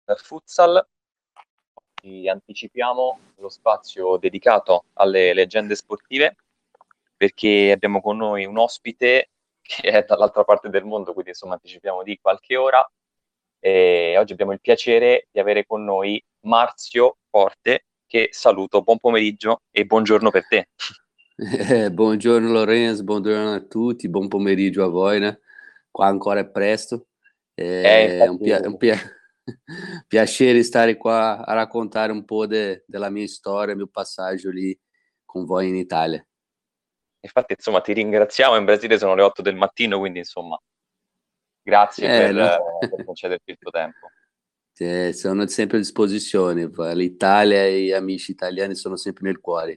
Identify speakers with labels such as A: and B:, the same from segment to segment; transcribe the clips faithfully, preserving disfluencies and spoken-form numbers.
A: futsal. Ci anticipiamo lo spazio dedicato alle leggende sportive perché abbiamo con noi un ospite che è dall'altra parte del mondo, quindi insomma anticipiamo di qualche ora. E oggi abbiamo il piacere di avere con noi Marzio Forte, che saluto. Buon pomeriggio e buongiorno per te.
B: Eh, buongiorno Lorenzo, buongiorno a tutti, buon pomeriggio a voi, né? Qua ancora è presto,
A: Eh,
B: è un,
A: infatti,
B: pia- un pia- piacere stare qua a raccontare un po' de- della mia storia, mio passaggio lì con voi in Italia.
A: infatti, insomma, ti ringraziamo. In Brasile sono le otto del mattino, quindi insomma, grazie
B: Eh,
A: per,
B: no?
A: eh, per concederci il tuo tempo.
B: Eh, sono sempre a disposizione, l'Italia e gli amici italiani sono sempre nel cuore.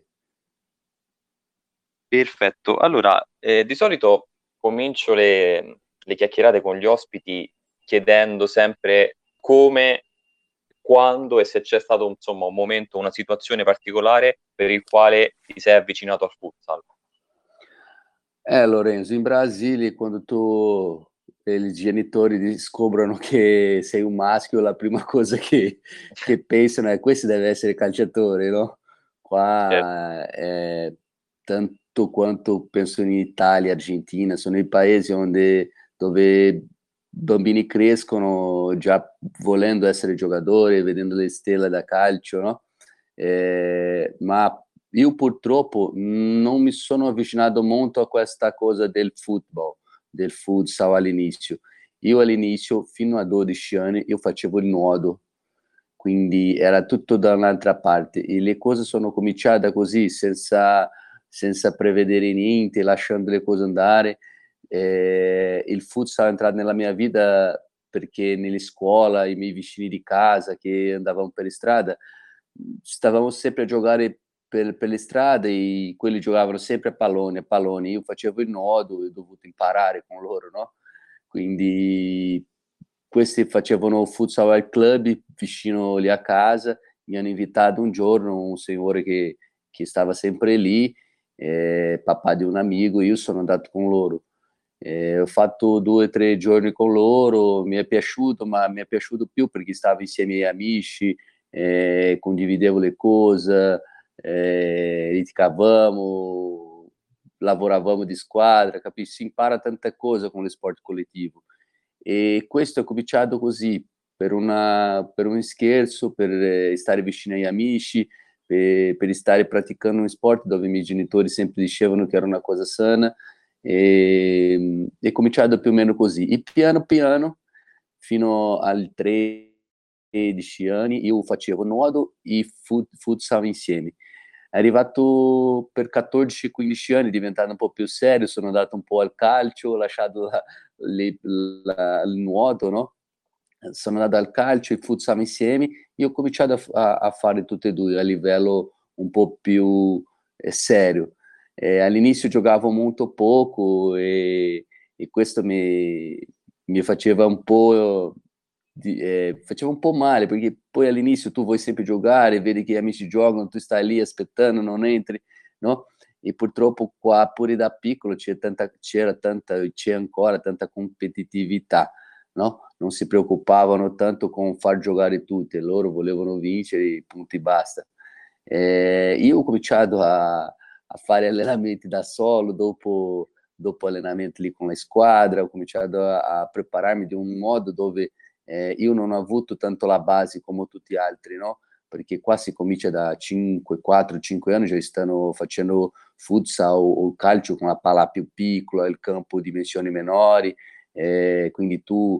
A: Perfetto. Allora, eh, di solito comincio le, le chiacchierate con gli ospiti chiedendo sempre come, quando e se c'è stato insomma un momento, una situazione particolare per il quale ti sei avvicinato al futsal.
B: Eh, Lorenzo, in Brasile, quando tu e i genitori scoprono che sei un maschio, la prima cosa che, che pensano è questo deve essere calciatore, no?
A: Certo.
B: Qua è tanto quanto penso in Italia, Argentina, sono i paesi onde, dove bambini crescono già volendo essere giocatori, vedendo le stelle da calcio, no? Eh, ma io purtroppo non mi sono avvicinato molto a questa cosa del football, del futsal all'inizio. Io all'inizio, fino a dodici anni, io facevo il nuoto, quindi era tutto da un'altra parte e le cose sono cominciate così, senza, senza prevedere niente, lasciando le cose andare. Eh, il futsal è entrato nella mia vita perché nelle scuole, i miei vicini di casa che andavano per strada, stavamo sempre a giocare per, per le strade e quelli giocavano sempre a pallone, a pallone. Io facevo il nodo e ho dovuto imparare con loro, no? Quindi questi facevano futsal al club vicino lì a casa. Mi hanno invitato un giorno un signore che, che stava sempre lì, eh, papà di un amico, io sono andato con loro. Eh, ho fatto due o tre giorni con loro, mi è piaciuto, ma mi è piaciuto più perché stavo insieme ai amici, eh, condividevo le cose, eh, litigavamo, lavoravamo di squadra, capisci? Si impara tante cose con lo sport collettivo. E questo è cominciato così, per, una, per un scherzo, per eh, stare vicino agli amici, per, per stare praticando un sport dove i miei genitori sempre dicevano che era una cosa sana. E è cominciato più o meno così. E piano piano, fino ai tredici anni, io facevo nuoto e fut, futsal insieme. È arrivato per quattordici quindici anni, diventato un po' più serio, sono andato un po' al calcio, ho lasciato la, le, la, il nuoto, no? Sono andato al calcio e futsal insieme. Io ho cominciato a, a, a fare tutte e due a livello un po' più eh, serio. Eh, all'inizio giocavo molto poco e, e questo mi, mi faceva un po' di, eh, faceva un po' male perché poi all'inizio tu vuoi sempre giocare, vedi che gli amici giocano, tu stai lì aspettando, non entri, no? E purtroppo qua pure da piccolo c'è tanta, c'era tanta, c'è ancora tanta competitività, no? Non si preoccupavano tanto con far giocare tutti, loro volevano vincere, punti basta. Eh, io ho cominciato a, a fare allenamenti da solo, dopo, dopo allenamenti lì con la squadra, ho cominciato a, a prepararmi di un modo dove eh, io non ho avuto tanto la base come tutti gli altri, no? Perché qua si comincia da cinque, quattro, cinque anni, già stanno facendo futsal o, o calcio con la palla più piccola, il campo di dimensioni minori, eh, quindi tu,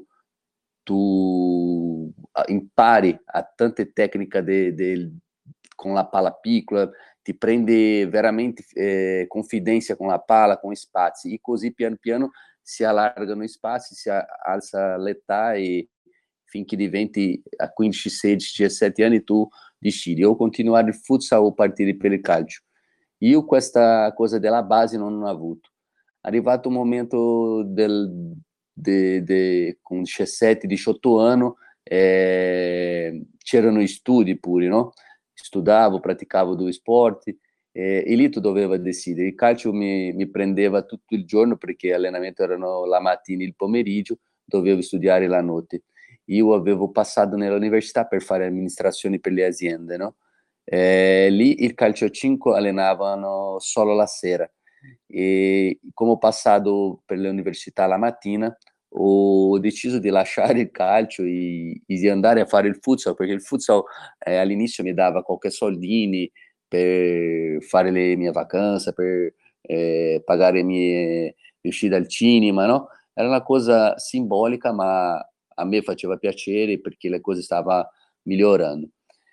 B: tu impari a tante tecniche de, de, con la palla piccola, ti prendi veramente eh, confidenza con la palla, con gli spazi, e così piano piano si allargano gli spazi, si alza l'età e finché diventi a quindici, sedici, diciassette anni tu decidi o continuare il futsal o partire per il calcio. Io questa cosa della base non ho avuto. Arrivato un momento del, de, de, con diciassette diciotto anni, eh, c'erano gli studi pure, no? Studiavo, praticavo due sport, eh, e lì tu doveva decidere. Il calcio mi, mi prendeva tutto il giorno perché allenamento erano la mattina e il pomeriggio, dovevo studiare la notte. io avevo passato nell'università per fare amministrazioni per le aziende, no? Eh, lì il calcio a cinque allenavano solo la sera e come ho passato per l'università la mattina ho deciso di lasciare il calcio e, e di andare a fare il futsal perché il futsal eh, all'inizio mi dava qualche soldini per fare le mie vacanze, per eh, pagare le mie uscite al cinema, no? Era una cosa simbolica, ma a me faceva piacere perché le cose stavano migliorando.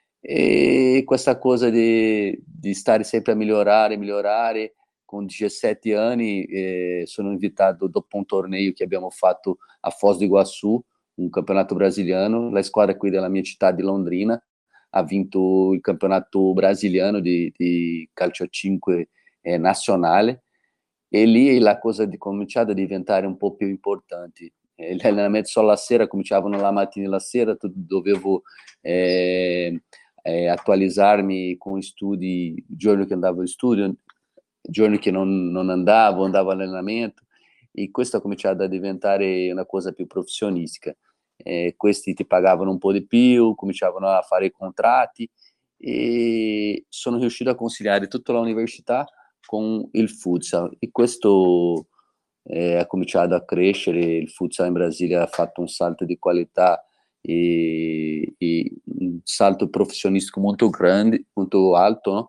B: E questa cosa di, di stare sempre a migliorare, migliorare, con diciassette anni eh, sono invitato dopo un torneo che abbiamo fatto a Foz do Iguaçu, un campionato brasiliano, la squadra qui della mia città di Londrina ha vinto il campionato brasiliano di, di calcio a cinque eh, nazionale e lì la cosa è cominciata a diventare un po' più importante. Eh, gli allenamenti solo la sera cominciavano la mattina e la sera, dovevo eh, eh, attualizzarmi con studi, il giorno che andavo in studio, giorni che non, non andavo, andavo all'allenamento e questo ha cominciato a diventare una cosa più professionistica. Eh, questi ti pagavano un po' di più, cominciavano a fare i contratti e sono riuscito a conciliare tutta l'università con il futsal e questo eh, ha cominciato a crescere, il futsal in Brasile ha fatto un salto di qualità e, e un salto professionistico molto grande, molto alto, no?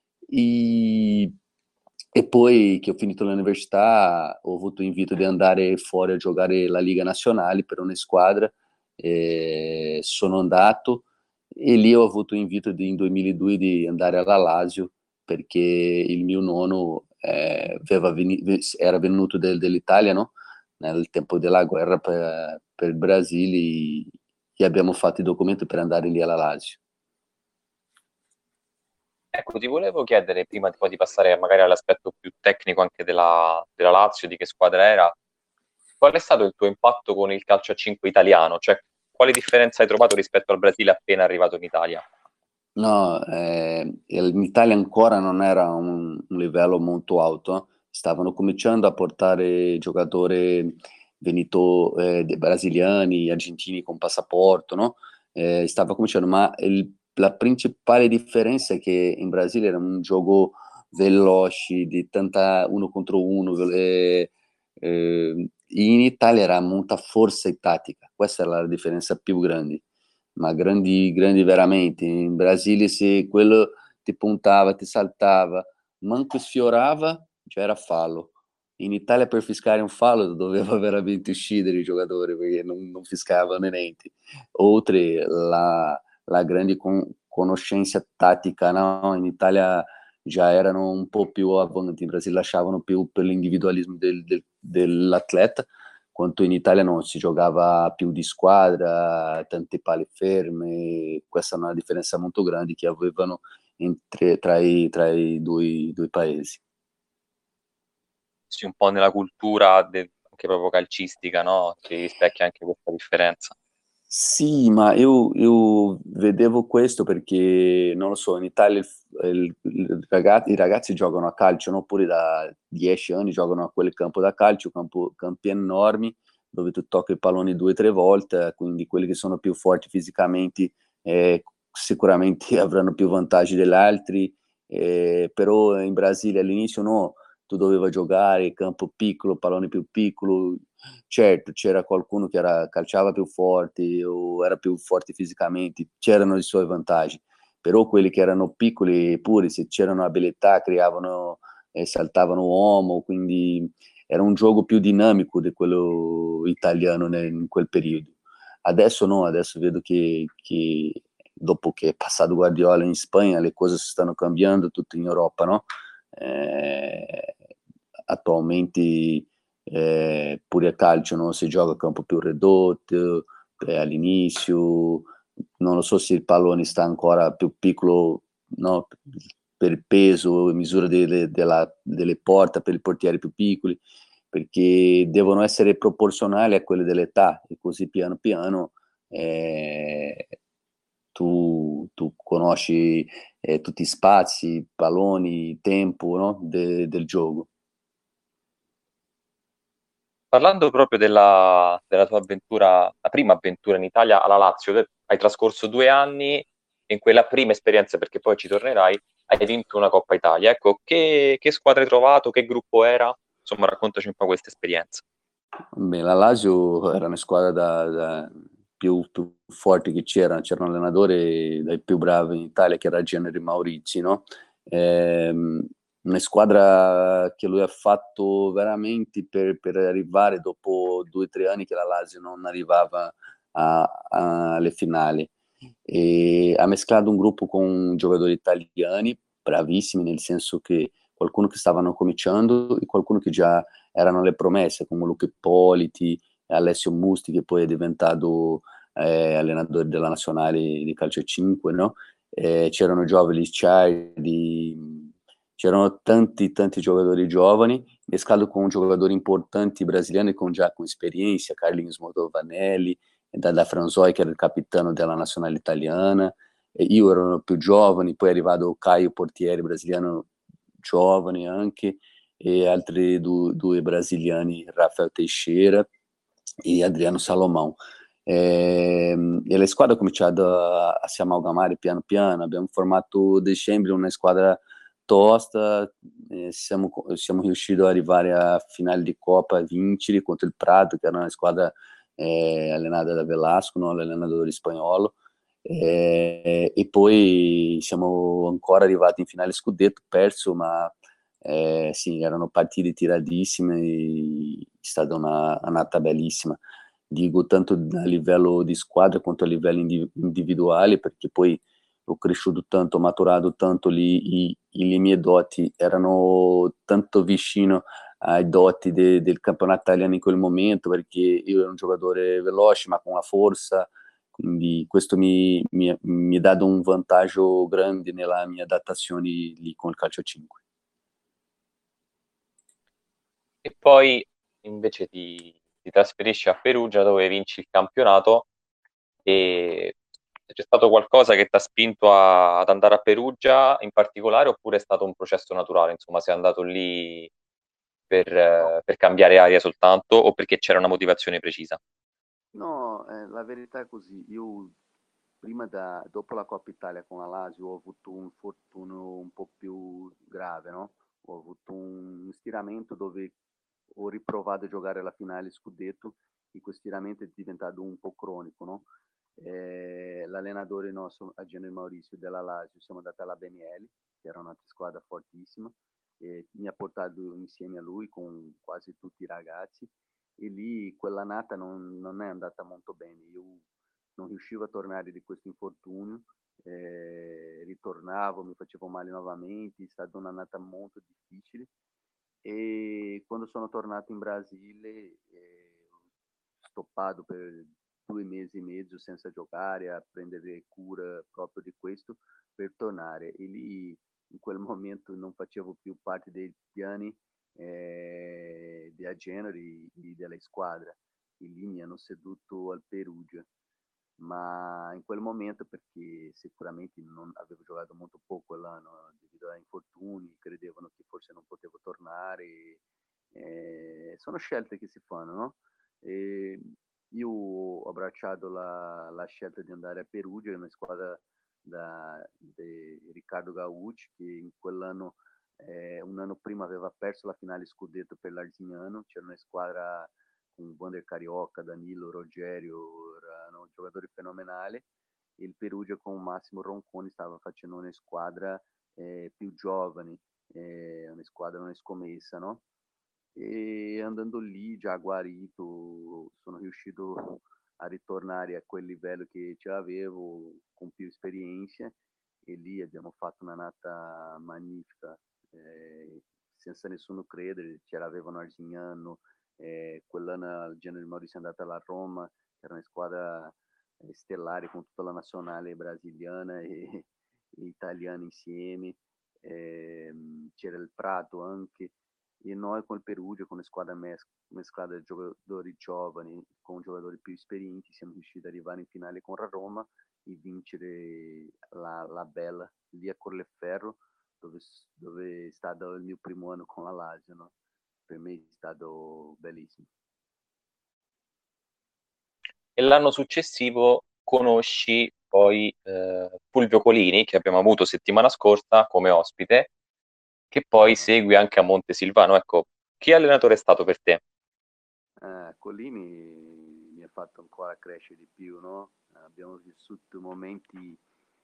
B: E, e poi che ho finito l'università ho avuto invito di andare fuori a giocare la Liga Nazionale per una squadra, eh, sono andato e lì ho avuto invito di, in duemiladue di andare alla Lazio perché il mio nonno eh, veni, era venuto del, dell'Italia, no? Nel tempo della guerra per, per il Brasile e abbiamo fatto i documenti per andare lì alla Lazio.
A: Ecco, ti volevo chiedere, prima di, poi di passare magari all'aspetto più tecnico anche della, della Lazio, di che squadra era, qual è stato il tuo impatto con il calcio a cinque italiano? Cioè, quale differenza hai trovato rispetto al Brasile appena arrivato in Italia?
B: No, eh, in Italia ancora non era un, un livello molto alto, stavano cominciando a portare giocatori venito, eh, brasiliani, argentini con passaporto, no? Eh, stava cominciando, ma il- la principale differenza è che in Brasile era un gioco veloce, di tanta uno contro uno, eh, eh, in Italia era molta forza e tattica, questa è la differenza più grande, ma grandi, grandi veramente. In Brasile se quello ti puntava, ti saltava, manco sfiorava, già era fallo. In Italia per fiscare un fallo doveva veramente uccidere i giocatori perché non, non fiscavano niente. Oltre la, la grande con, conoscenza tattica, no? In Italia già erano un po' più avanti, in Brasile lasciavano più per l'individualismo del, del, dell'atleta, quanto in Italia non si giocava più di squadra, tante pali ferme, questa è una differenza molto grande che avevano entre, tra, i, tra i due, due paesi.
A: Sì, un po' nella cultura de- anche proprio calcistica, no? Si rispecchia anche questa differenza.
B: Sì, ma io, io vedevo questo perché, non lo so, in Italia il- il- il ragazzi, i ragazzi giocano a calcio, no? Pure da dieci anni giocano a quel campo da calcio, campo, campi enormi, dove tu tocchi il pallone due o tre volte, quindi quelli che sono più forti fisicamente eh, sicuramente avranno più vantaggi degli altri, eh, però in Brasile all'inizio no, tu dovevi giocare, campo piccolo, pallone più piccolo. Certo, c'era qualcuno che era, calciava più forte o era più forte fisicamente, c'erano i suoi vantaggi, però quelli che erano piccoli pure se c'erano abilità creavano e eh, saltavano uomo, quindi era un gioco più dinamico di quello italiano nel, in quel periodo. Adesso no, adesso vedo che, che dopo che è passato Guardiola in Spagna le cose si stanno cambiando tutto in Europa, no? Eh, attualmente eh, pure a calcio no? Si gioca a campo più ridotto, eh, all'inizio, non lo so se il pallone sta ancora più piccolo no? Per il peso, misura delle, della, delle porte per i portieri più piccoli, perché devono essere proporzionali a quelle dell'età e così piano piano eh, tu, tu conosci eh, tutti i spazi, palloni, tempo no? De, del gioco.
A: parlando proprio della, della tua avventura, la prima avventura in Italia alla Lazio, te hai trascorso due anni e in quella prima esperienza, perché poi ci tornerai, hai vinto una Coppa Italia. Ecco, che, che squadra hai trovato, che gruppo era? Insomma, raccontaci un po' questa esperienza.
B: Beh, la Lazio era una squadra da, da più, più forti che c'era, c'era un allenatore dai più bravi in Italia che era Generi Maurizi, no? Ehm, una squadra che lui ha fatto veramente per, per arrivare dopo due o tre anni che la Lazio non arrivava a- a- alle finali. E ha mesclato un gruppo con giocatori italiani bravissimi, nel senso che qualcuno che stavano cominciando e qualcuno che già erano le promesse, come Luca Ippoliti, Alessio Musti, che poi è diventato eh, allenatore della nazionale di calcio a cinque, no? Eh, c'erano giovani, Ciardi, c'erano tanti, tanti giocatori giovani, mesclato con giocatori importanti brasiliani con già con esperienza, Carlinhos Montovanelli, Dada Franzoi, che era il capitano della nazionale italiana, e io ero più giovane, poi è arrivato Caio Portieri, brasiliano giovane anche, e altri du- due brasiliani, Rafael Teixeira e Adriano Salomão. E, e la squadra ha cominciato a, a si amalgamare piano piano, abbiamo formato dicembre una squadra tosta, eh, siamo, siamo riusciti ad arrivare a finale di Coppa, a vincere contro il Prato, che era una squadra eh, allenata da Velasco, no? L'allenatore spagnolo, eh, e poi siamo ancora arrivati in finale scudetto, perso, ma eh, sì, erano partite tiratissime, è stata una annata bellissima, dico tanto a livello di squadra quanto a livello indiv- individuale, perché poi ho cresciuto tanto, ho maturato tanto lì, i, i, le mie doti erano tanto vicino ai doti de, del campionato italiano in quel momento, perché io ero un giocatore veloce ma con la forza, quindi questo mi, mi, mi ha dato un vantaggio grande nella mia adattazione lì con il calcio a cinque.
A: E poi invece ti, ti trasferisci a Perugia dove vinci il campionato e c'è stato qualcosa che ti ha spinto a- ad andare a Perugia in particolare oppure è stato un processo naturale? Insomma, sei andato lì per,
B: No,
A: eh, per cambiare aria soltanto o perché c'era una motivazione precisa?
B: no, eh, la verità è così. Io prima da, dopo la Coppa Italia con la Lazio ho avuto un infortunio un po' più grave, no? Ho avuto un stiramento dove ho riprovato a giocare la finale scudetto e questo stiramento è diventato un po' cronico, no? Eh, l'allenatore nostro, Ageno Maurizio della Lazio, siamo andati alla Benielli, che era un'altra squadra fortissima, e mi ha portato insieme a lui con quasi tutti i ragazzi e lì quell'annata non, non è andata molto bene. Io non riuscivo a tornare di questo infortunio, eh, ritornavo, mi facevo male nuovamente, è stata un'annata molto difficile e quando sono tornato in Brasile eh, ho stoppato per due mesi e mezzo senza giocare, a prendere cura proprio di questo per tornare e lì in quel momento non facevo più parte dei piani eh, di Agenori e della squadra e lì mi hanno seduto al Perugia, ma in quel momento perché sicuramente non avevo giocato molto poco quell'anno devido a infortuni, credevano che forse non potevo tornare, eh, sono scelte che si fanno, no? E io ho abbracciato la, la scelta di andare a Perugia, una squadra da, di Riccardo Gaucci che in quell'anno, eh, un anno prima aveva perso la finale scudetto per l'Arzignano, c'era una squadra con Wander Carioca, Danilo, Rogerio, erano giocatori fenomenali. Il Perugia con Massimo Ronconi stava facendo una squadra eh, più giovane, eh, una squadra, una scommessa, no? E andando lì, già guarito, sono riuscito a ritornare a quel livello che ce l'avevo con più esperienze e lì abbiamo fatto una nata magnifica, eh, senza nessuno credere, ce l'avevano Arzignano, eh, quell'anno il General Maurizio è andata alla Roma, era una squadra eh, stellare con tutta la nazionale brasiliana e, e italiana insieme, eh, c'era il Prato anche, e noi con il Perugia, con una squadra mes- mesclata di giocatori giovani con giocatori più esperienti, siamo riusciti ad arrivare in finale con la Roma e vincere la, la Bella lì a Colleferro, dove, dove è stato il mio primo anno con la Lazio. No? Per me è stato bellissimo.
A: e l'anno successivo conosci poi eh, Fulvio Colini, che abbiamo avuto settimana scorsa come ospite, che poi segui anche a Montesilvano. Ecco, chi allenatore è stato per te?
B: Eh, Collini mi ha fatto ancora crescere di più, no? Abbiamo vissuto momenti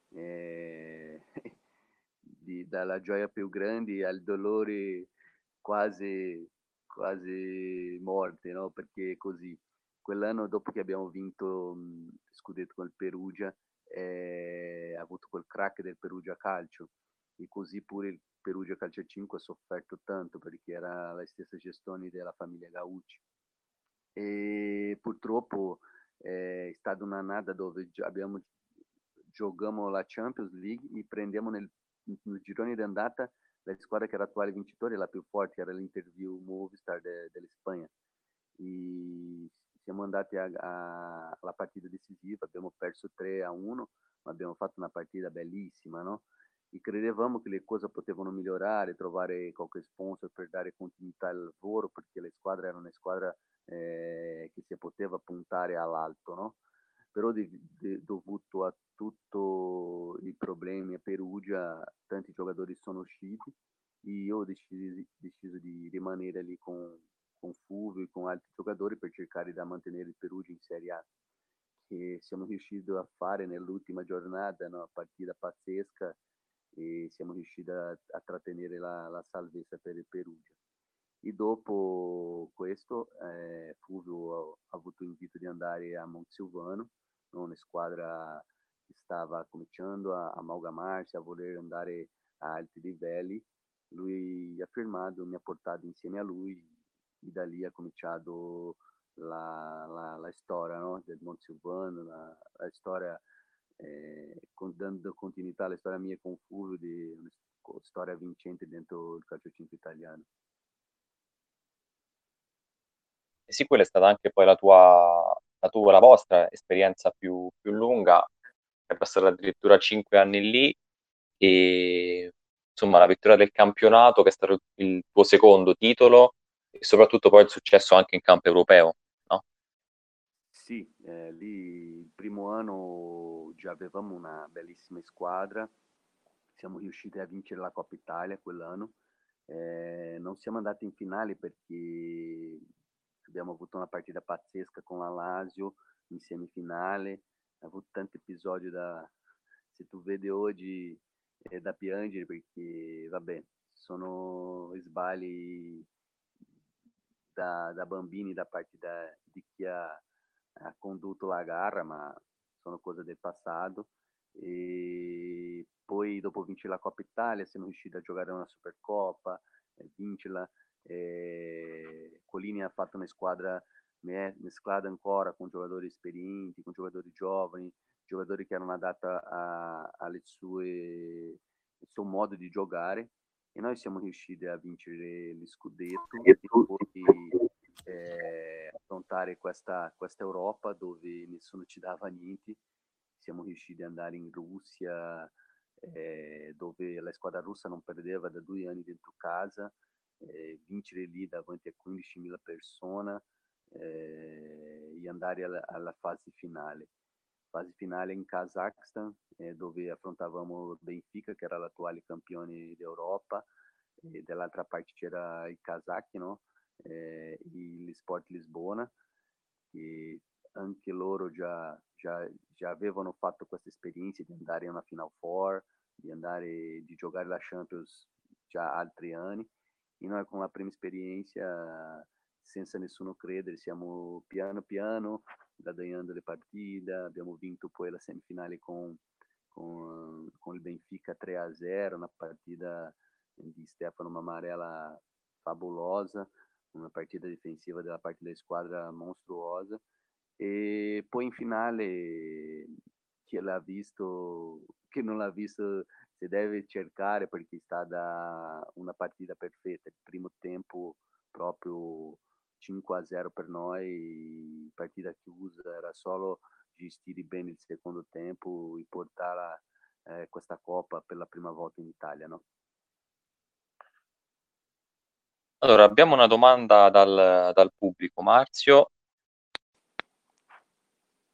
B: eh, di- dalla gioia più grande al dolore quasi, quasi morte, no? Perché così, quell'anno dopo che abbiamo vinto mh, scudetto con il Perugia, eh, ha avuto quel crack del Perugia Calcio e così pure il Perugia Calcio cinque ha sofferto tanto perché era la stessa gestione della famiglia Gaucci e purtroppo eh, è stata un'annata dove gi- abbiamo, giocamo la Champions League e prendiamo nel, nel girone di andata la squadra che era attuale vincitore, la più forte, era l'Interview Movistar de, dell'Espagna. E siamo andati a, a, alla partita decisiva, abbiamo perso tre a uno, ma abbiamo fatto una partita bellissima, no? E credevamo che le cose potevano migliorare, trovare qualche sponsor per dare continuità al lavoro, perché la squadra era una squadra eh, che si poteva puntare all'alto, no? Però di, di, dovuto a tutti i problemi a Perugia, tanti giocatori sono usciti e io ho deciso, deciso di rimanere lì con, con Fulvio e con altri giocatori per cercare di mantenere il Perugia in Serie A, che siamo riusciti a fare nell'ultima giornata, una partita pazzesca e siamo riusciti a, a trattenere la, la salvezza per il Perugia. E dopo questo eh, Fulvio ha avuto l'invito di andare a Montesilvano, una squadra che stava cominciando a amalgamarsi, a voler andare a alti livelli. Lui ha firmato, mi ha portato insieme a lui e da lì ha cominciato la, la, la storia, no? Del Montesilvano, la, la storia eh, con, dando continuità alla storia mia con Fulvio di una storia vincente dentro il calciocinco italiano.
A: E sì, quella è stata anche poi la tua, la tua, la vostra esperienza più, più lunga, è passata addirittura cinque anni lì e insomma la vittoria del campionato che è stato il tuo secondo titolo e soprattutto poi il successo anche in campo europeo, no?
B: Sì, eh, lì il primo anno già avevamo una bellissima squadra, siamo riusciti a vincere la Coppa Italia quell'anno. Eh, non siamo andati in finale perché abbiamo avuto una partita pazzesca con la Lazio in semifinale, ha avuto tanti episodi da, se tu vedi oggi, è da piangere perché, vabbè, sono sbagli da, da bambini da parte da, di chi ha, ha condotto la gara, ma sono cose del passato. E poi dopo vincere la Coppa Italia siamo riusciti a giocare una Supercoppa, eh, vincerla. Eh, Colini ha fatto una squadra mesclata ancora con giocatori esperienti, con giocatori giovani, giocatori che erano adatti alle sue, al suo modo di giocare e noi siamo riusciti a vincere lo scudetto e poi eh, affrontare questa, questa Europa dove nessuno ci dava niente. Siamo riusciti ad andare in Russia eh, dove la squadra russa non perdeva da due anni dentro casa, eh, vincere lì davanti a quindicimila persone eh, e andare alla, alla fase finale. Fase finale in Kazakhstan, eh, dove affrontavamo Benfica, che era l'attuale campione d'Europa, e dall'altra parte c'era il Kazakh, no? eh, il Sport Lisbona, che anche loro già, già, già avevano fatto questa esperienza di andare a una Final Four, di andare di giocare la Champions già altri anni. E noi con la prima esperienza, senza nessuno credere, siamo piano piano guadagnando le partite, abbiamo vinto poi la semifinale con, con, con il Benfica tre a zero, una partita di Stefano Mamarella fabulosa, una partita difensiva della parte della squadra mostruosa e poi in finale chi l'ha visto, chi non l'ha visto si deve cercare perché è stata una partita perfetta, il primo tempo proprio cinque a zero per noi, partita chiusa, era solo gestire bene il secondo tempo e portare eh, questa coppa per la prima volta in Italia, no?
A: Allora, abbiamo una domanda dal, dal pubblico. Marzio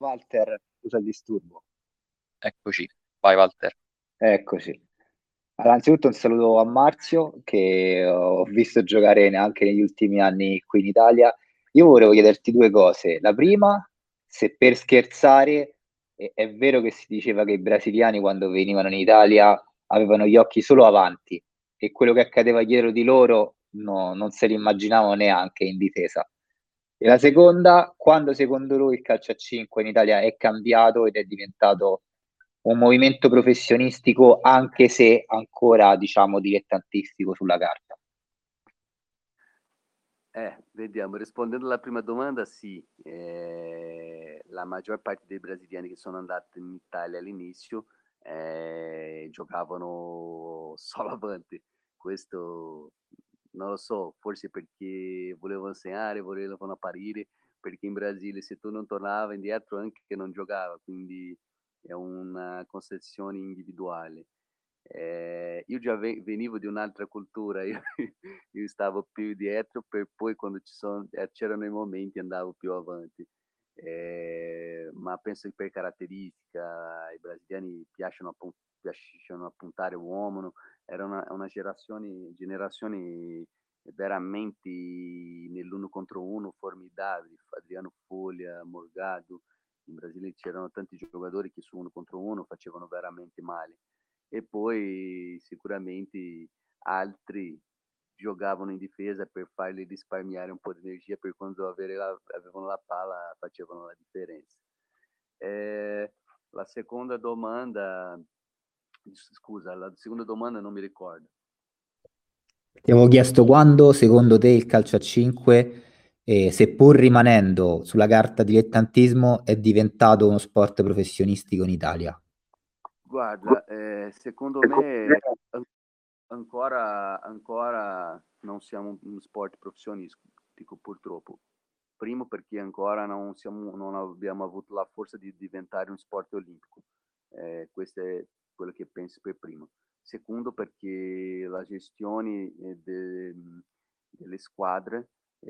C: Walter, scusa il disturbo.
A: Eccoci, vai Walter.
C: Eccoci. Allora, anzitutto un saluto a Marzio, che ho visto giocare anche negli ultimi anni qui in Italia. Io volevo chiederti due cose. La prima, se per scherzare è, è vero che si diceva che i brasiliani quando venivano in Italia avevano gli occhi solo avanti e quello che accadeva dietro di loro no, non se l'immaginavano neanche in difesa. E la seconda, quando secondo lui il calcio a cinque in Italia è cambiato ed è diventato un movimento professionistico, anche se ancora, diciamo, dilettantistico sulla carta.
B: Eh, vediamo, rispondendo alla prima domanda, sì, eh, la maggior parte dei brasiliani che sono andati in Italia all'inizio eh, giocavano solo avanti. Questo non lo so, forse perché volevano insegnare, volevano apparire, perché in Brasile se tu non tornavi indietro anche non giocava, quindi è una concezione individuale. Eh, io già ve- venivo di un'altra cultura, io, io stavo più dietro, per poi quando ci sono, eh, c'erano i momenti andavo più avanti. Eh, ma penso che per caratteristica i brasiliani piacciono, appu- piacciono appuntare uomo, era una, una generazione, generazione veramente nell'uno contro uno formidabili, Adriano Foglia, Morgado, in Brasile c'erano tanti giocatori che su uno contro uno facevano veramente male e poi sicuramente altri giocavano in difesa per farli risparmiare un po' di energia per quando la, avevano la palla facevano la differenza. Eh, la seconda domanda, scusa, la seconda domanda non mi ricordo.
D: Ti avevo chiesto quando secondo te il calcio a cinque, eh, seppur rimanendo sulla carta dilettantismo, è diventato uno sport professionistico in Italia?
B: Guarda, eh, secondo me ancora, ancora non siamo un sport professionistico purtroppo. Primo perché ancora non, siamo, non abbiamo avuto la forza di diventare un sport olimpico. Eh, questo è quello che penso per primo. Secondo perché la gestione de, delle squadre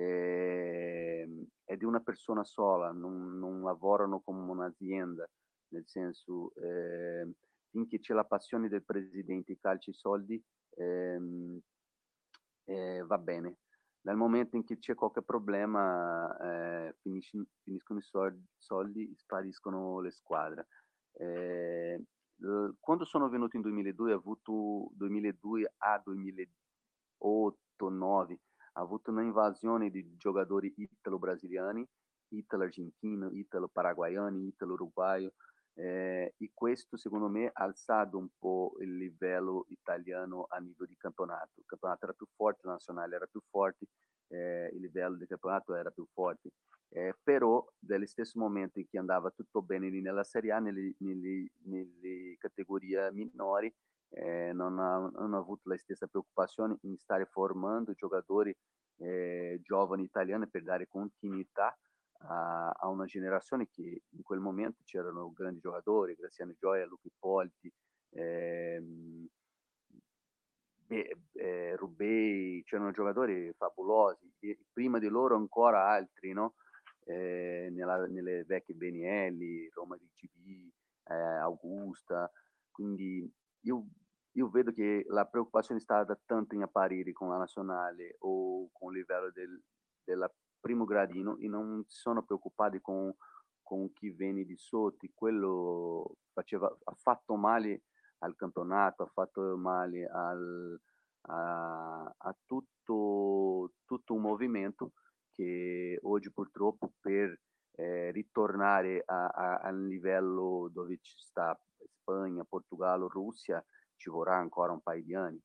B: è, è di una persona sola, non, non lavorano come un'azienda, nel senso eh, finché c'è la passione del presidente, i calci e i soldi, ehm, eh, va bene. Dal momento in cui c'è qualche problema, eh, finisci, finiscono i soldi, soldi, spariscono le squadre. Eh, quando sono venuto in duemiladue, ho avuto duemiladue a duemilaotto nove, ha avuto un'invasione di giocatori italo-brasiliani, italo-argentino, italo-paraguaiani, italo-uruguaio, eh, e questo secondo me ha alzato un po' il livello italiano a livello di campionato. Il campionato era più forte, la nazionale era più forte, eh, il livello del campionato era più forte. Eh, però nello stesso momento in cui andava tutto bene lì nella Serie A, nelle, nelle, nelle categorie minori, eh, non, ha, non ha avuto la stessa preoccupazione in stare formando giocatori eh, giovani italiani per dare continuità a, a una generazione che in quel momento c'erano grandi giocatori, Graziano Gioia, Luca Ippoliti, ehm, eh, Rubei, c'erano giocatori fabulosi, e prima di loro ancora altri, no? Eh, nella, nelle vecchie Benielli, Roma di G B, eh, Augusta, quindi io, io vedo che la preoccupazione è stata tanto in apparire con la nazionale o con il livello del, del primo gradino e non si sono preoccupati con, con chi viene di sotto, quello faceva, ha fatto male al campionato, ha fatto male al, a, a tutto, tutto un movimento che oggi purtroppo per eh, ritornare a, a, al livello dove ci sta Spagna, Portogallo, Russia, ci vorrà ancora un paio di anni.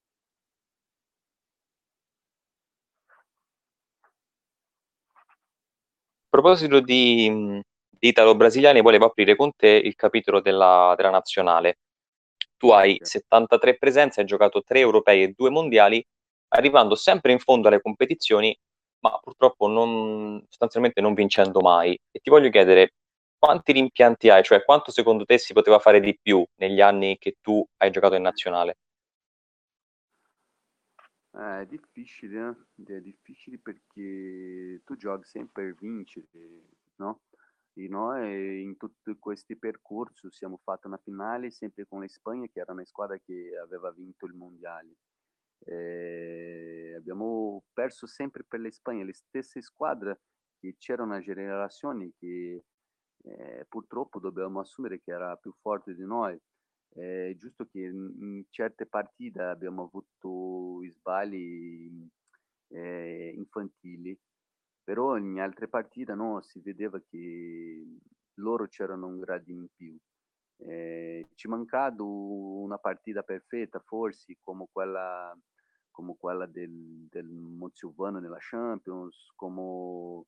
A: A proposito di, di italo-brasiliani, volevo aprire con te il capitolo della, della nazionale. Tu hai settantatré presenze, hai giocato tre europei e due mondiali, arrivando sempre in fondo alle competizioni, ma purtroppo non, sostanzialmente non vincendo mai. E ti voglio chiedere, quanti rimpianti hai? Cioè, quanto secondo te si poteva fare di più negli anni che tu hai giocato in nazionale?
B: Eh, è difficile, eh? È difficile perché tu giochi sempre per vincere, no? E noi in tutti questi percorsi siamo fatti una finale sempre con la Spagna, che era una squadra che aveva vinto il mondiale. Eh, abbiamo perso sempre per la Spagna, le stesse squadre, che c'era una generazione che eh, purtroppo dobbiamo assumere che era più forte di noi. È giusto che in, in certe partite abbiamo avuto sbagli eh, infantili, però in altre partite no, si vedeva che loro c'erano un gradino in più. Eh, ci è mancato una partita perfetta, forse come quella, come quella del, del Mozzovano nella Champions, come,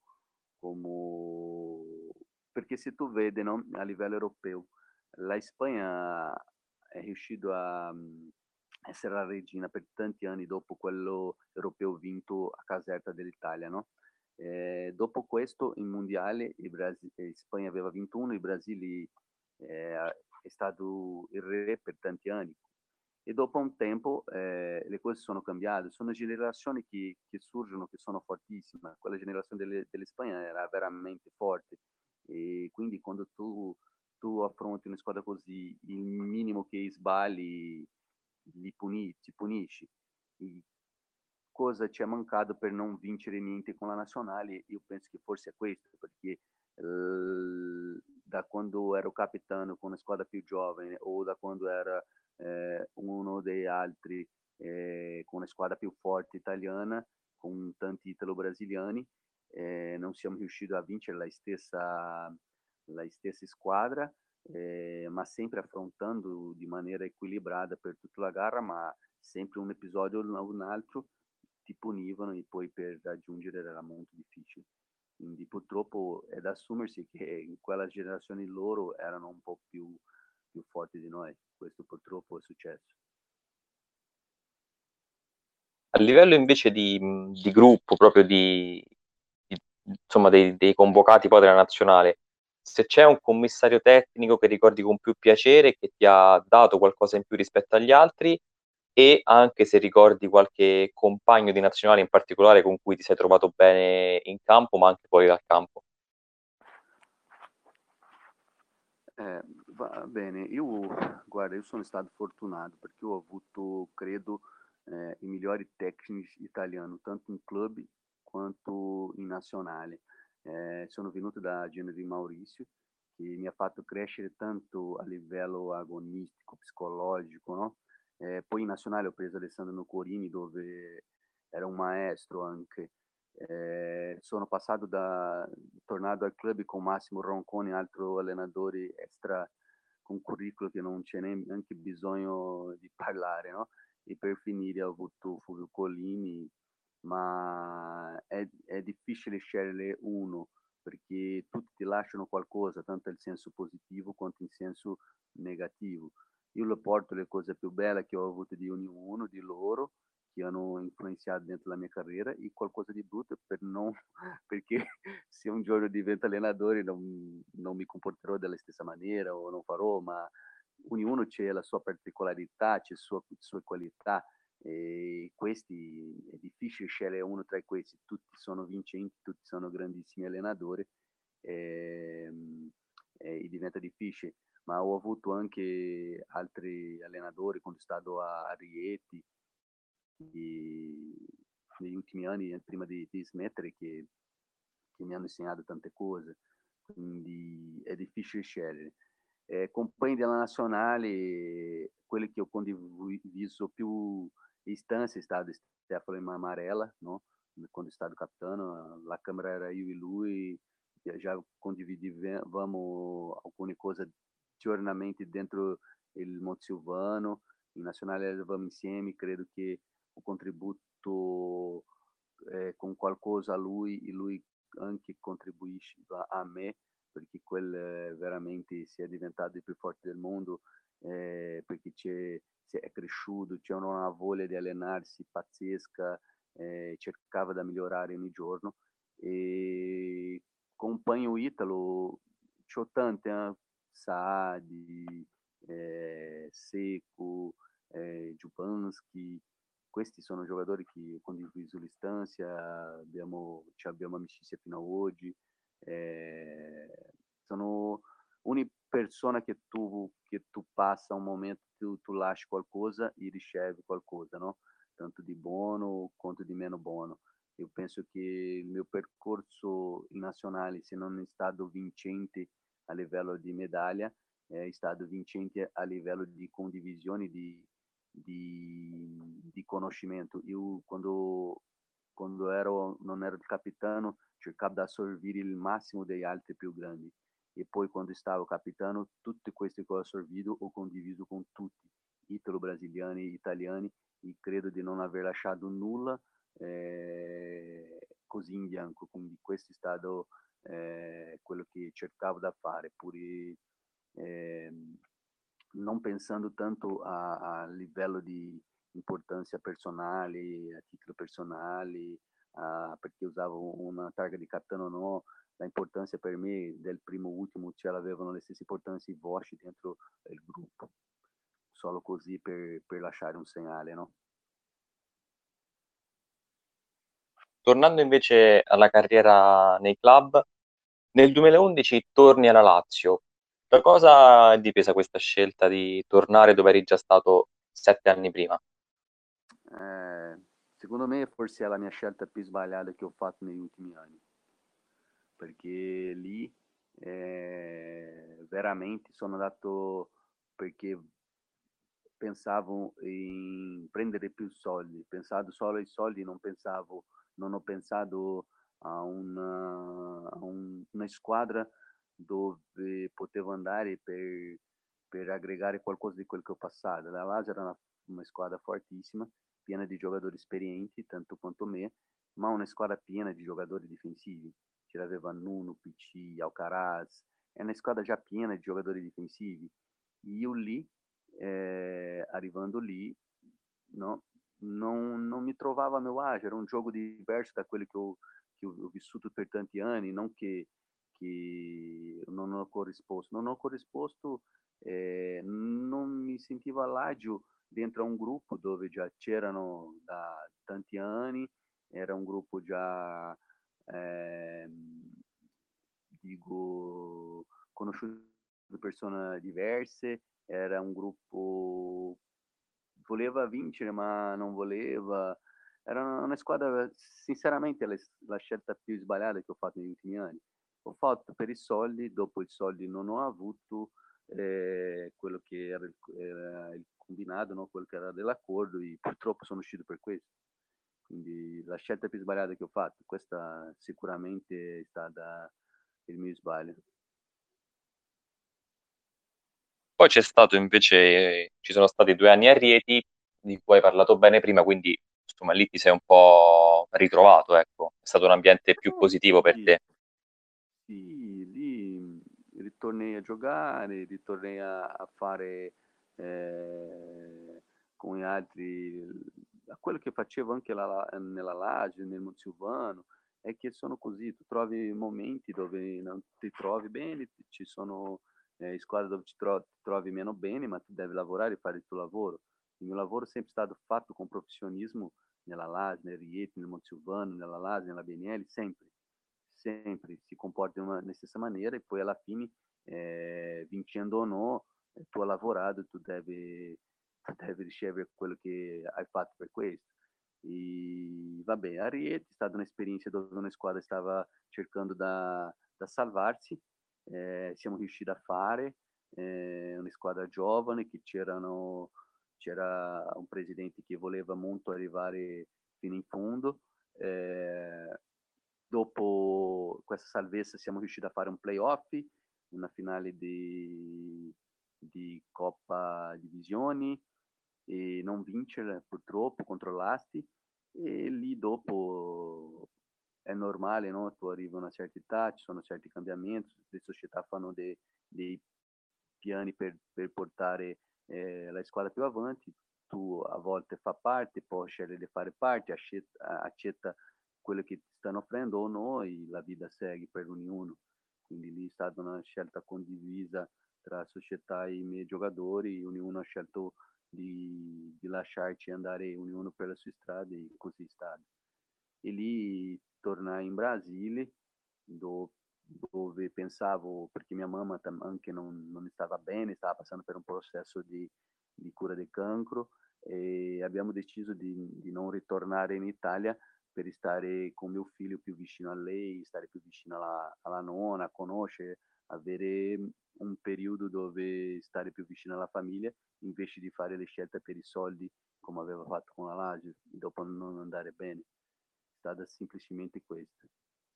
B: come... perché se tu vedi, no, a livello europeo, la Spagna è riuscita a essere la regina per tanti anni dopo quello europeo vinto a Caserta dell'Italia, no? Eh, dopo questo, in mondiale, il Brasi- eh, Spagna aveva vinto uno, il Brasile eh, è stato il re per tanti anni. E dopo un tempo eh, le cose sono cambiate, sono generazioni che, che surgono, che sono fortissime. Quella generazione delle, delle Spagna era veramente forte e quindi quando tu, tu affronti una squadra così, il minimo che sbagli li puni, ti punisci. E cosa ci è mancato per non vincere niente con la nazionale? Io penso che forse è questo, perché eh, da quando ero capitano con una squadra più giovane o da quando era eh, uno dei altri eh, con una squadra più forte italiana, con tanti italo-brasiliani, eh, non siamo riusciti a vincere la stessa, la stessa squadra, eh, ma sempre affrontando di maniera equilibrata per tutta la gara, ma sempre un episodio o un altro ti punivano e poi per raggiungere era molto difficile. Quindi purtroppo è da assumersi che in quella generazione loro erano un po' più, più forti di noi. Questo purtroppo è successo.
A: A livello invece di, di gruppo, proprio di, di insomma, dei, dei convocati poi della nazionale, se c'è un commissario tecnico che ricordi con più piacere, che ti ha dato qualcosa in più rispetto agli altri, e anche se ricordi qualche compagno di nazionale in particolare con cui ti sei trovato bene in campo, ma anche fuori dal campo.
B: Eh, va bene, io guarda, io sono stato fortunato perché ho avuto, credo, eh, i migliori tecnici italiani, tanto in club quanto in nazionale. Eh, sono venuto da Gino Di Maurizio, che mi ha fatto crescere tanto a livello agonistico, psicologico, no? Eh, poi in nazionale ho preso Alessandro Nocorini, dove era un maestro anche. Eh, sono passato da tornato al club con Massimo Ronconi, altro allenatore extra con curriculum che non c'è neanche bisogno di parlare, no? E per finire ho avuto Fulvio Collini, ma è, è difficile scegliere uno perché tutti ti lasciano qualcosa, tanto in senso positivo quanto in senso negativo. Io le porto le cose più belle che ho avuto di ognuno di loro, che hanno influenziato dentro la mia carriera, e qualcosa di brutto per non, perché se un giorno divento allenatore non, non mi comporterò della stessa maniera o non farò, ma ognuno c'è la sua particolarità, c'è le sue, sue qualità, e questi è difficile scegliere uno tra questi, tutti sono vincenti, tutti sono grandissimi allenatori e, e diventa difficile. Ma ho avuto anche altri allenatori quando sono stato a Rieti e, negli ultimi anni, prima di, di smettere, che, che mi hanno insegnato tante cose, quindi è difficile scegliere. Eh, compagni della nazionale, quelli che ho condiviso più istanze è stato Stefano Mamarella, no? Quando è stato capitano, la Câmara era io e lui, já condividevamo alcune cose giornalmente dentro il Mozzovano, in nazionale eravamo insieme, credo che ho contribuito eh, con qualcosa a lui e lui anche contribuisce a me, perché quel eh, veramente si è diventato il più forte del mondo, eh, perché c'è, è cresciuto, c'è una voglia di allenarsi pazzesca, eh, cercava di migliorare ogni giorno. E compagno italo, c'ho tante, eh? Saadi, eh, Seco, eh, Giubanski, questi sono giocatori che ho condiviso l'istanza, abbiamo, ci abbiamo amicizia fino ad oggi. Eh, persona che tu, che tu passa un momento, tu, tu lasci qualcosa e ricevi qualcosa, no? Tanto di buono quanto di meno buono. Io penso che il mio percorso in nazionale, se non è stato vincente a livello di medaglia, è stato vincente a livello di condivisione, di, di, di conoscimento. Io quando, quando ero, non ero il capitano, cercavo di assorbire il massimo degli altri più grandi. E poi quando stavo capitano, tutte queste cose ho assorbito ho condiviso con tutti, italo-brasiliani, italiani, e credo di non aver lasciato nulla eh, così in bianco. Quindi questo è stato eh, quello che cercavo di fare, pur eh, non pensando tanto a, a livello di importanza personale, a titolo personale, a, perché usavo una targa di capitano o no. La importância per me del primo ultimo ce l'avevano le stesse importanze i vostri dentro il gruppo, solo così per, per lasciare un segnale, no?
A: Tornando invece alla carriera nei club, nel duemilaundici torni alla Lazio. Da cosa è dipesa questa scelta di tornare dove eri già stato sette anni prima?
B: Eh, secondo me forse è la mia scelta più sbagliata che ho fatto negli ultimi anni, perché lì eh, veramente sono andato perché pensavo in prendere più soldi, pensavo solo ai soldi, non pensavo, non ho pensato a una, a un- una squadra dove potevo andare per, per aggregare qualcosa di quel che ho passato. La Lazio era una, una squadra fortissima, piena di giocatori esperienti, tanto quanto me, ma una squadra piena di giocatori difensivi. Ce l'aveva Nuno, P C, Alcaraz, è una squadra già piena di giocatori difensivi. Io lì eh, arrivando lì, no, non, non mi trovavo a mio agio, era un gioco diverso da quello che ho, che ho vissuto per tanti anni, non che, che non ho corrisposto, non ho corrisposto, eh, non mi sentivo all'agio dentro a un gruppo dove già c'erano da tanti anni, era un gruppo già, eh, dico, conosciuto da persone diverse, era un gruppo voleva vincere ma non voleva, era una squadra sinceramente la, la scelta più sbagliata che ho fatto negli ultimi anni. Ho fatto per i soldi, dopo i soldi non ho avuto eh, quello che era il, era il combinato, no? Quello che era dell'accordo e purtroppo sono uscito per questo. Quindi la scelta più sbagliata che ho fatto, questa sicuramente è stata il mio sbaglio.
A: Poi c'è stato invece, ci sono stati due anni a Rieti, di cui hai parlato bene prima, quindi insomma lì ti sei un po' ritrovato, ecco. È stato un ambiente più
B: Oh,
A: positivo per
B: sì,
A: te.
B: sì, lì ritornai a giocare, ritornai a, a fare eh, con gli altri, a quello che facevo anche la- nella Lazio, nel Monsilvano, è che sono così, tu trovi momenti dove non ti trovi bene, ci sono eh, squadre dove ci tro- ti trovi meno bene, ma tu devi lavorare e fare il tuo lavoro. Il mio lavoro è sempre stato fatto con professionismo nella Lazio, nel Rieti, nel Monsilvano, nella Lazio, nella B N L, sempre sempre si comporta in una, nella stessa maniera e poi alla fine, eh, vincendo o no, tu hai lavorato e tu devi, tu devi ricevere quello che hai fatto per questo. E vabbè, a Rieti è stata un'esperienza dove una squadra stava cercando da, da salvarsi, eh, siamo riusciti a fare, eh, una squadra giovane che c'erano, c'era un presidente che voleva molto arrivare fino in fondo. Eh, Dopo questa salvezza siamo riusciti a fare un playoff, una finale di, di Coppa Divisioni e non vincere purtroppo contro l'Asti e lì dopo è normale, no? Tu arrivi a una certa età, ci sono certi cambiamenti, le società fanno dei, dei piani per, per portare eh, la squadra più avanti, tu a volte fa parte, puoi scegliere di fare parte, accetta, accetta quello che ti stanno offrendo o no e la vita segue per ognuno. Quindi lì è stata una scelta condivisa tra società e i miei giocatori, ognuno ha scelto di, di lasciarci andare ognuno per la sua strada e così è stato. E lì tornai in Brasile, dove dove pensavo, perché mia mamma tam- anche non, non stava bene, stava passando per un processo di, di cura del cancro, e abbiamo deciso di, di non ritornare in Italia per stare con mio figlio più vicino a lei, stare più vicino alla, alla nonna, conoscere, avere un periodo dove stare più vicino alla famiglia, invece di fare le scelte per i soldi come aveva fatto con la Lazio, dopo non andare bene. È stata semplicemente questo.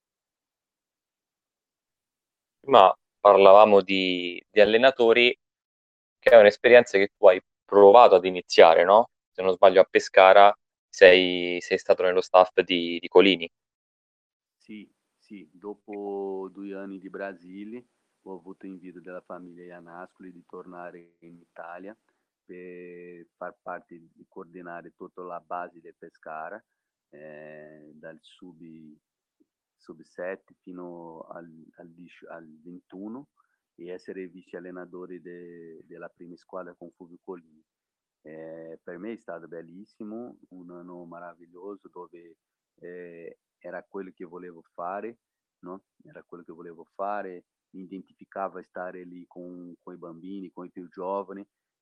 A: Prima parlavamo di, di allenatori, che è un'esperienza che tu hai provato ad iniziare, no? Se non sbaglio, a Pescara sei, sei stato nello staff di, di Colini.
B: Sì, sì, dopo due anni di Brasile ho avuto invito della famiglia Ianascoli di tornare in Italia per far parte di coordinare tutta la base del Pescara, eh, dal sub, sub sette fino al, al, al ventuno, e essere vice allenatore de, della prima squadra con Fulvio Colini. Eh, per me è stato bellissimo, un anno meraviglioso dove eh, era quello che volevo fare, no? Era quello che volevo fare, mi identificava stare lì con, con i bambini, con i più giovani.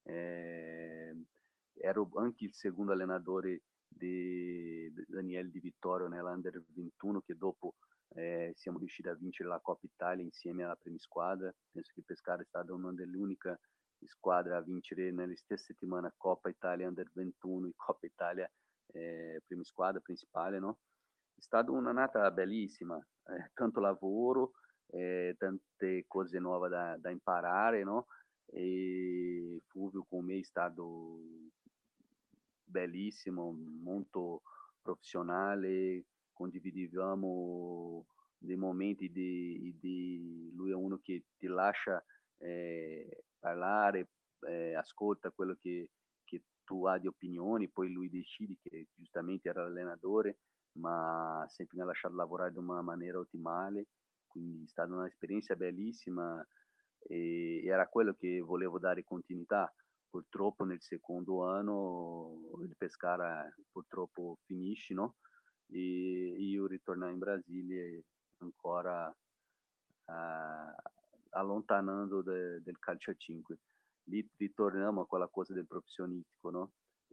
B: Eh, ero anche il secondo allenatore di Daniele Di Vittorio nell'Under ventuno, che dopo eh, siamo riusciti a vincere la Coppa Italia insieme alla prima squadra. Penso che Pescara è stata una delle uniche squadre a vincere nelle stesse settimane Coppa Italia Under ventuno e Coppa Italia eh, prima squadra principale, no? È stata un'annata bellissima, eh, tanto lavoro, eh, tante cose nuove da, da imparare, no? E Fulvio con me è stato bellissimo, molto professionale, condividevamo dei momenti di, di lui è uno che ti lascia eh, parlare, eh, ascolta quello che, che tu hai di opinioni, poi lui decide, che giustamente era l'allenatore, ma sempre mi ha lasciato lavorare in una maniera ottimale, quindi è stata un'esperienza bellissima e era quello che volevo dare continuità. Purtroppo nel secondo anno il Pescara purtroppo finisce, no? E io ritornai in Brasile ancora uh, allontanando de, del calcio a cinque. Lì ritorniamo a quella cosa del professionistico, no?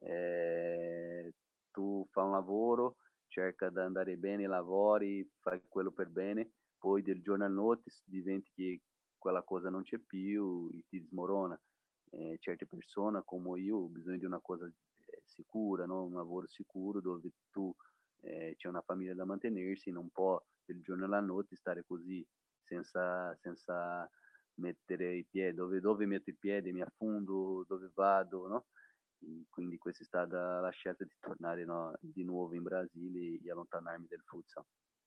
B: Eh, tu fai un lavoro, cerca di andare bene, lavori, fai quello per bene, poi del giorno al notte diventi che quella cosa non c'è più e ti smorona. Eh, certe persone come io ho bisogno di una cosa eh, sicura, no? Un lavoro sicuro dove tu eh, c'è una famiglia da mantenersi, non può del giorno alla notte stare così senza, senza mettere i piedi, dove, dove metto i piedi, mi affondo, dove vado, no? E quindi questa è stata la scelta di tornare, no, di nuovo in Brasile e allontanarmi del futsal.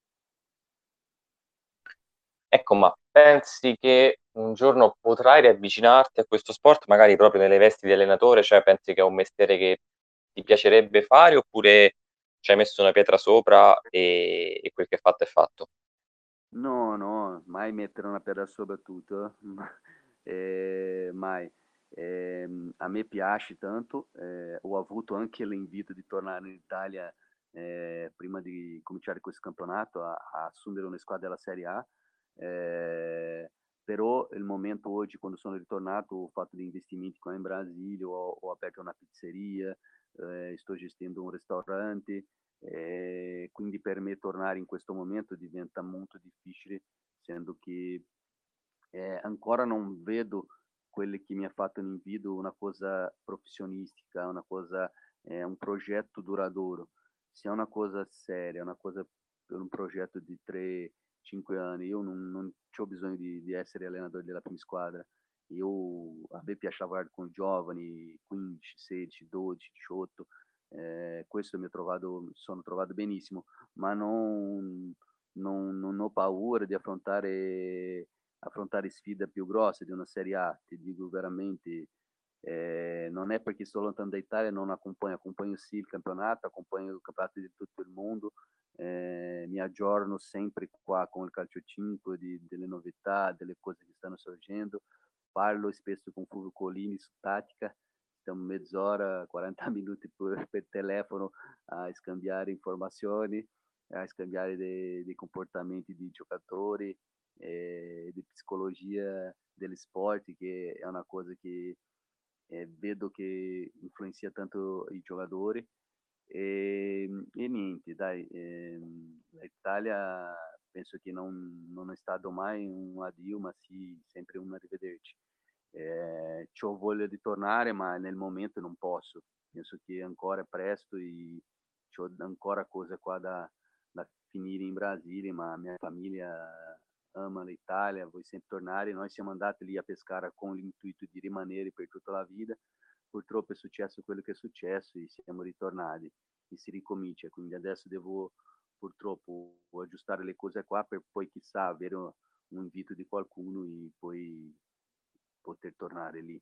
A: Ecco, ma pensi che un giorno potrai riavvicinarti a questo sport, magari proprio nelle vesti di allenatore? Cioè, pensi che è un mestiere che ti piacerebbe fare, oppure ci hai messo una pietra sopra e, e quel che è fatto è fatto?
B: No, no, mai mettere una pietra sopra tutto, eh, mai. Eh, a me piace tanto, eh, ho avuto anche l'invito di tornare in Italia eh, prima di cominciare questo campionato a, a assumere una squadra della Serie A, eh, però il momento oggi, quando sono ritornato, ho fatto degli investimenti qua in Brasile, ho, ho aperto una pizzeria, eh, sto gestendo un ristorante, e quindi per me tornare in questo momento diventa molto difficile, essendo che eh, ancora non vedo quello che mi ha fatto l'invito una cosa professionistica, una cosa, eh, un progetto duraduro. Se è una cosa seria, una cosa per un progetto di tre cinque anni, io non, non ho bisogno di, di essere allenatore della prima squadra. Io, a me piace lavorare con giovani, quindici, sedici, dodici, diciotto, eh, questo mi ho trovato, sono trovato benissimo, ma non, non, non ho paura di affrontare, affrontare sfide più grosse di una Serie A, ti dico veramente, eh, non è perché sto lontano dall'Italia, non accompagno, accompagno sì il campionato, accompagno i campionati di tutto il mondo, eh, mi aggiorno sempre qua con il calcio cinque, di, delle novità, delle cose che stanno sorgendo, parlo spesso con Fulvio Colini su tattica, stiamo mezz'ora, quaranta minuti per, per telefono a scambiare informazioni, a scambiare dei, dei comportamenti di giocatori, eh, di psicologia dell'sport, che è una cosa che eh, vedo che influenza tanto i giocatori. E, e niente, dai, ehm, l'Italia penso che non, non è stato mai un addio, ma sì, sempre un arrivederci. Eh, c'ho voglia di tornare, ma nel momento non posso. Penso che ancora è presto e c'ho ancora cose qua da, da finire in Brasile, ma mia famiglia ama l'Italia, vuoi sempre tornare. Noi siamo andati lì a pescare con l'intuito di rimanere per tutta la vita. Purtroppo è successo quello che è successo e siamo ritornati e si ricomincia. Quindi adesso devo purtroppo aggiustare le cose qua per poi chissà avere un, un invito di qualcuno e poi poter tornare lì.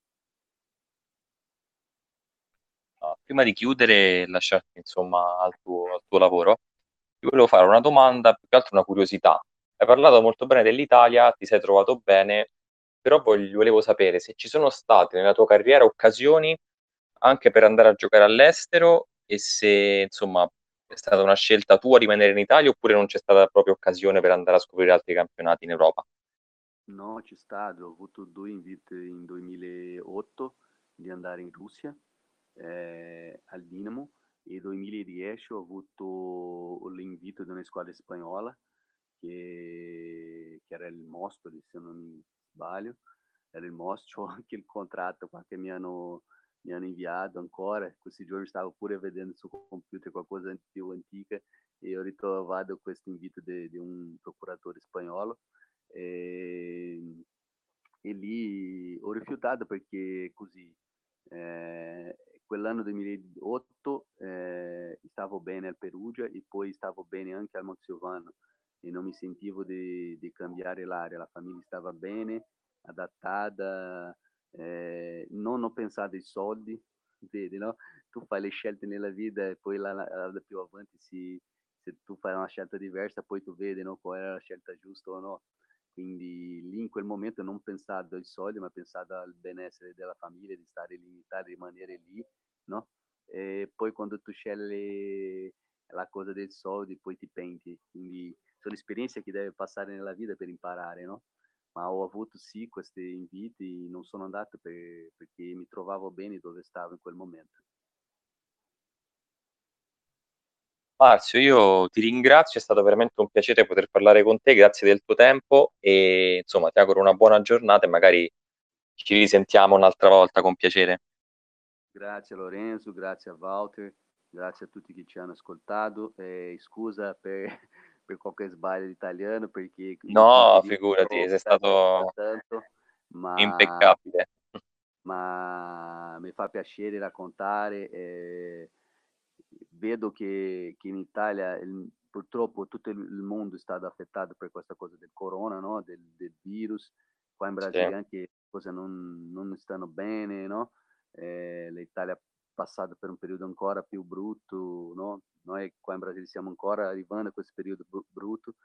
A: Ah, prima di chiudere e lasciarti insomma al tuo, al tuo lavoro, ti volevo fare una domanda, più che altro una curiosità. Hai parlato molto bene dell'Italia, ti sei trovato bene, però voglio- volevo sapere se ci sono state nella tua carriera occasioni anche per andare a giocare all'estero e se insomma è stata una scelta tua rimanere in Italia oppure non c'è stata proprio occasione per andare a scoprire altri campionati in Europa.
B: No, c'è stato, ho avuto due inviti in duemilaotto di andare in Russia eh, al Dinamo e nel duemiladieci ho avuto l'invito di una squadra spagnola che, che era il Mostoli, se non mi sbaglio, era il Mostolo, ho anche il contratto qua che mi hanno, mi hanno inviato ancora. Questi giorni stavo pure vedendo sul computer qualcosa di più antica e ho ritrovato questo invito di, di un procuratore spagnolo e, e lì ho rifiutato perché così eh, quell'anno duemilaotto eh, stavo bene al Perugia e poi stavo bene anche al Moziovano e non mi sentivo di, di cambiare l'area, la famiglia stava bene, adattata, eh, non ho pensato ai soldi, vedi, no? Tu fai le scelte nella vita e poi là, là, là più avanti si, se tu fai una scelta diversa poi tu vedi, no, qual era la scelta giusta o no. Quindi lì in quel momento non pensato ai soldi, ma pensato al benessere della famiglia, di stare lì in Italia, rimanere lì, no? E poi quando tu scegli la cosa del soldi, poi ti penti. Quindi sono esperienze che devi passare nella vita per imparare, no? Ma ho avuto sì questi inviti, non sono andato per, perché mi trovavo bene dove stavo in quel momento.
A: Marzio, io ti ringrazio, è stato veramente un piacere poter parlare con te, grazie del tuo tempo e insomma ti auguro una buona giornata e magari ci risentiamo un'altra volta con piacere.
B: Grazie a Lorenzo, grazie a Walter, grazie a tutti che ci hanno ascoltato e scusa per, per qualche sbaglio di italiano perché io
A: No,
B: confido
A: figurati, sei
B: da
A: stato
B: tanto, ma,
A: impeccabile.
B: ma mi fa piacere raccontare. Eh, vedo che, che in Italia il- purtroppo tutto il il mondo è stato affettato per questa cosa del corona, no? del, del virus. Qua in
A: Sì.
B: Brasile anche cose non, non stanno bene, no? Eh, l'Italia ha passato per un periodo ancora più brutto, no? Noi qua in Brasile stiamo ancora arrivando a questo periodo bru- brutto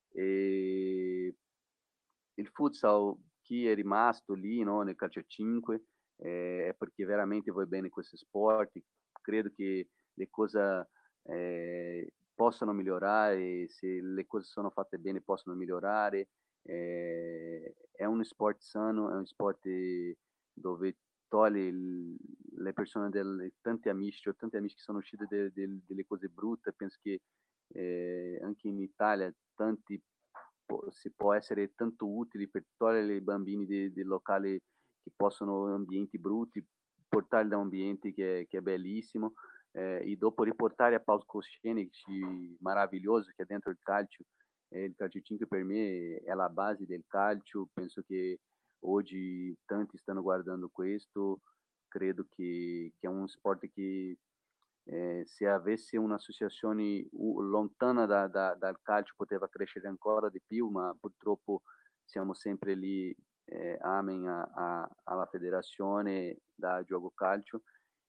B: e il futsal, chi è rimasto lì, no, nel calcio a cinque, eh, è perché veramente vuoi bene questo sport. Credo che le cose eh, possano migliorare, se le cose sono fatte bene possono migliorare. Eh, è un sport sano, è un sport dove toglie il- le persone, del, tanti amici, ho tanti amici che sono usciti de- de- delle cose brutte, penso che eh, anche in Italia tanti può- si può essere tanto utili per togliere i bambini dei, dei locali che possono ambienti brutti, portarli da un ambiente che, che è bellissimo eh, e dopo riportare a palcoscenici meravigliosi che è dentro il calcio. Eh, il calcio cinque per me è la base del calcio, penso che oggi tanti stanno guardando questo, credo che, che è un sport che eh, se avesse un'associazione u- lontana da, da, dal calcio poteva crescere ancora di più, ma purtroppo siamo sempre lì, eh, amen a, a, alla federazione da gioco calcio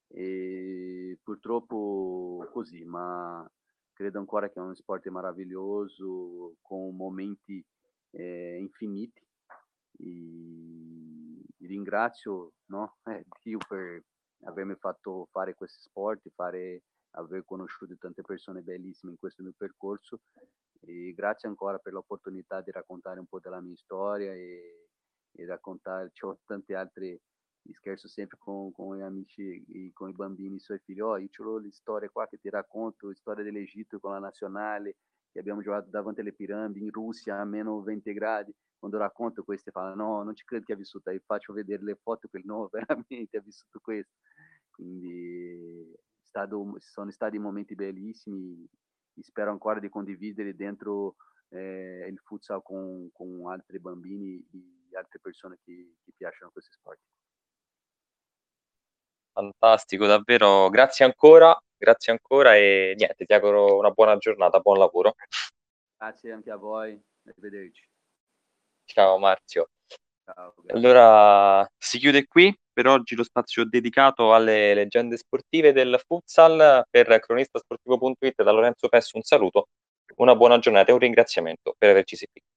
B: e purtroppo così, ma credo ancora che è un sport meraviglioso con momenti eh, infiniti. E ringrazio, no? eh, Dio per avermi fatto fare questi sport, fare, aver conosciuto tante persone bellissime in questo mio percorso E grazie ancora per l'opportunità di raccontare un po' della mia storia e, e raccontare, c'ho tanti altri, scherzo sempre con, con gli amici, e con i bambini, i suoi figli, oh, io ho le storie qua che ti racconto, storia dell'Egitto con la nazionale, che abbiamo giocato davanti alle piramidi in Russia a meno venti gradi, quando racconto queste fanno, no, non ci credo che ha vissuto, e faccio vedere le foto, quel no, veramente ha vissuto questo, quindi è stato, sono stati momenti bellissimi, e spero ancora di condividere dentro eh, il futsal con, con altri bambini e altre persone che, che piacciono questi sport.
A: Fantastico, davvero. Grazie ancora, grazie ancora e niente, ti auguro una buona giornata, buon lavoro.
B: Grazie anche a voi, arrivederci.
A: Ciao Marzio.
B: Ciao, grazie.
A: Allora si chiude qui per oggi lo spazio dedicato alle leggende sportive del futsal. Per cronistasportivo punto it da Lorenzo Pesso un saluto, una buona giornata e un ringraziamento per averci seguito.